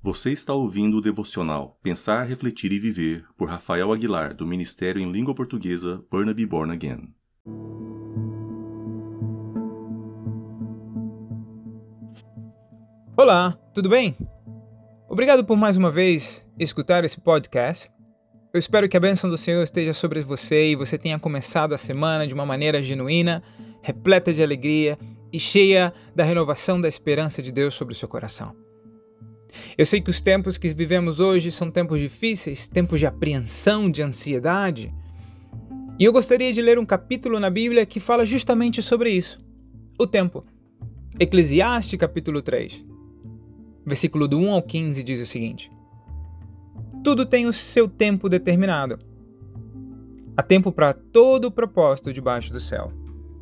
Você está ouvindo o devocional Pensar, Refletir e Viver, por Rafael Aguilar, do Ministério em Língua Portuguesa Burnaby Born Again. Olá, tudo bem? Obrigado por mais uma vez escutar esse podcast. Eu espero que a bênção do Senhor esteja sobre você e você tenha começado a semana de uma maneira genuína, repleta de alegria e cheia da renovação da esperança de Deus sobre o seu coração. Eu sei que os tempos que vivemos hoje são tempos difíceis, tempos de apreensão, de ansiedade. E eu gostaria de ler um capítulo na Bíblia que fala justamente sobre isso. O tempo. Eclesiastes capítulo 3. Versículo do 1 ao 15 diz o seguinte: Tudo tem o seu tempo determinado. Há tempo para todo o propósito debaixo do céu.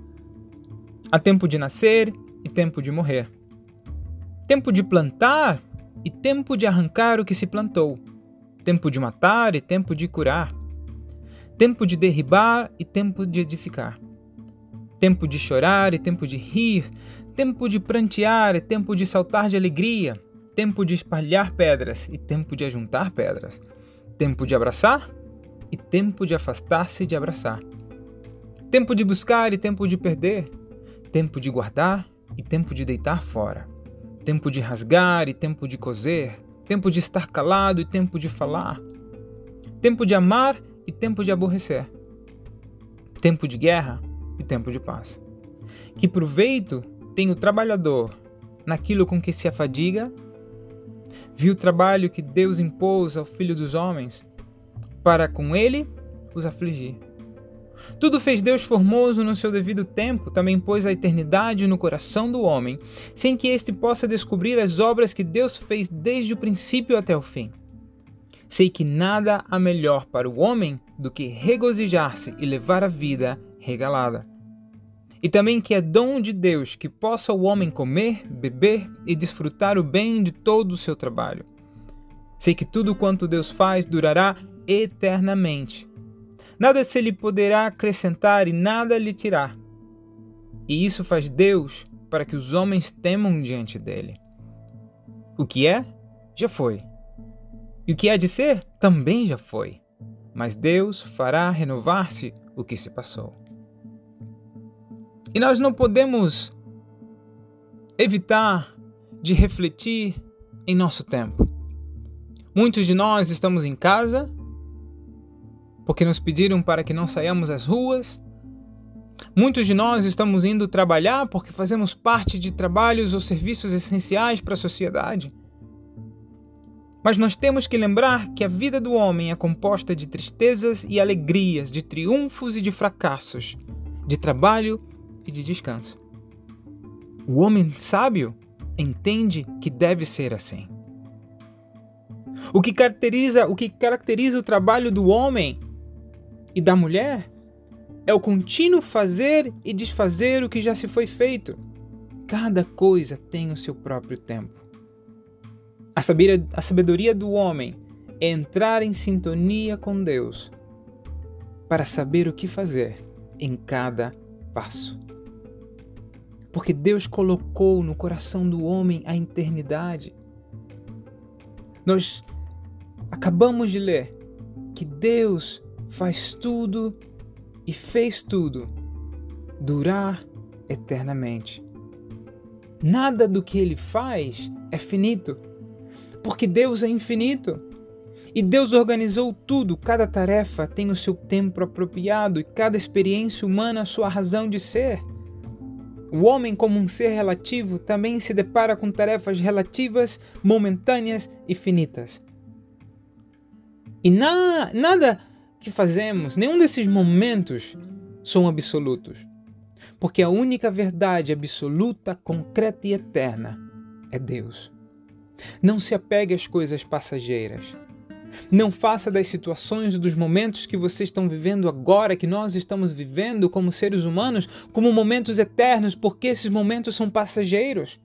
Há tempo de nascer e tempo de morrer. Tempo de plantar e tempo de arrancar o que se plantou. Tempo de matar e tempo de curar. Tempo de derribar e tempo de edificar. Tempo de chorar e tempo de rir. Tempo de prantear e tempo de saltar de alegria. Tempo de espalhar pedras e tempo de ajuntar pedras. Tempo de abraçar e tempo de afastar-se de abraçar. Tempo de buscar e tempo de perder. Tempo de guardar e tempo de deitar fora. Tempo de rasgar e tempo de coser. Tempo de estar calado e tempo de falar. Tempo de amar e tempo de aborrecer. Tempo de guerra e tempo de paz. Que proveito tem o trabalhador naquilo com que se afadiga? Viu o trabalho que Deus impôs ao Filho dos homens, para com ele os afligir. Tudo fez Deus formoso no seu devido tempo, também pôs a eternidade no coração do homem, sem que éste possa descobrir as obras que Deus fez desde o princípio até o fim. Sei que nada há melhor para o homem do que regozijar-se e levar a vida regalada. E também que é dom de Deus que possa o homem comer, beber e desfrutar o bem de todo o seu trabalho. Sei que tudo quanto Deus faz durará eternamente. Nada se lhe poderá acrescentar e nada lhe tirar. E isso faz Deus para que os homens temam diante dele. O que é, já foi. E o que há de ser, também já foi. Mas Deus fará renovar-se o que se passou. E nós não podemos evitar de refletir em nosso tempo. Muitos de nós estamos em casa porque nos pediram para que não saiamos às ruas. Muitos de nós estamos indo trabalhar porque fazemos parte de trabalhos ou serviços essenciais para a sociedade. Mas nós temos que lembrar que a vida do homem é composta de tristezas e alegrias, de triunfos e de fracassos, de trabalho e de descanso. O homem sábio entende que deve ser assim. O que caracteriza o trabalho do homem e da mulher é o contínuo fazer e desfazer o que já se foi feito. Cada coisa tem o seu próprio tempo. A sabedoria do homem é entrar em sintonia com Deus para saber o que fazer em cada passo. Porque Deus colocou no coração do homem a eternidade. Nós acabamos de ler que Deus faz tudo e fez tudo durar eternamente. Nada do que Ele faz é finito, porque Deus é infinito. E Deus organizou tudo, cada tarefa tem o seu tempo apropriado e cada experiência humana a sua razão de ser. O homem, como um ser relativo, também se depara com tarefas relativas, momentâneas e finitas. E nada que fazemos, nenhum desses momentos são absolutos. Porque a única verdade absoluta, concreta e eterna é Deus. Não se apegue às coisas passageiras. Não faça das situações e dos momentos que vocês estão vivendo agora, que nós estamos vivendo como seres humanos, como momentos eternos, porque esses momentos são passageiros.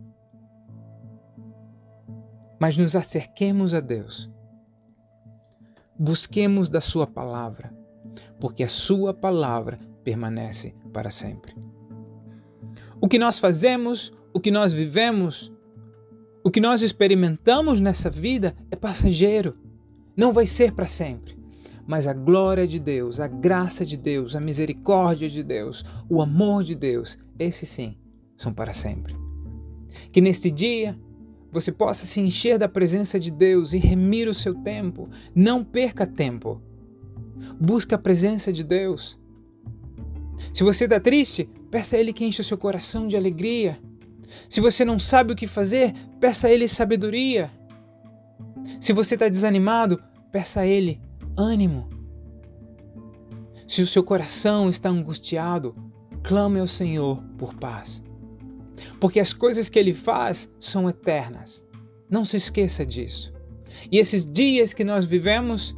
Mas nos acerquemos a Deus. Busquemos da Sua palavra, porque a Sua palavra permanece para sempre. O que nós fazemos, o que nós vivemos, O que nós experimentamos nessa vida é passageiro, não vai ser para sempre. Mas a glória de Deus, a graça de Deus, a misericórdia de Deus, o amor de Deus, esses sim, são para sempre. Que neste dia você possa se encher da presença de Deus e remir o seu tempo. Não perca tempo. Busque a presença de Deus. Se você está triste, peça a Ele que enche o seu coração de alegria. Se você não sabe o que fazer, peça a Ele sabedoria. Se você está desanimado, peça a Ele ânimo. Se o seu coração está angustiado, clame ao Senhor por paz. Porque as coisas que Ele faz são eternas. Não se esqueça disso. E esses dias que nós vivemos,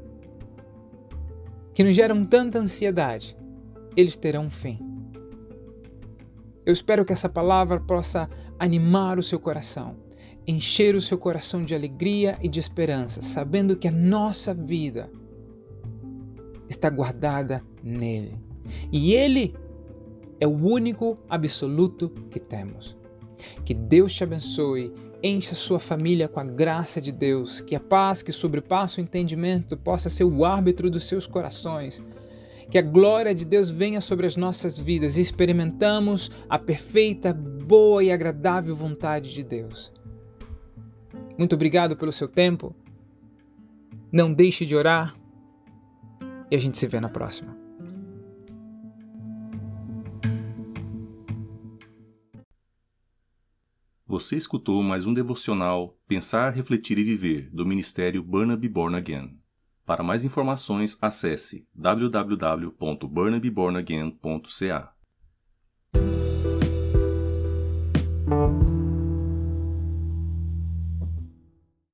que nos geram tanta ansiedade, eles terão um fim. Eu espero que essa palavra possa animar o seu coração, encher o seu coração de alegria e de esperança, sabendo que a nossa vida está guardada nele. E Ele é o único absoluto que temos. Que Deus te abençoe, encha sua família com a graça de Deus, que a paz que sobrepassa o entendimento possa ser o árbitro dos seus corações. Que a glória de Deus venha sobre as nossas vidas e experimentamos a perfeita, boa e agradável vontade de Deus. Muito obrigado pelo seu tempo. Não deixe de orar. E a gente se vê na próxima. Você escutou mais um devocional Pensar, Refletir e Viver, do Ministério Burnaby Born Again. Para mais informações, acesse www.burnabybornagain.ca.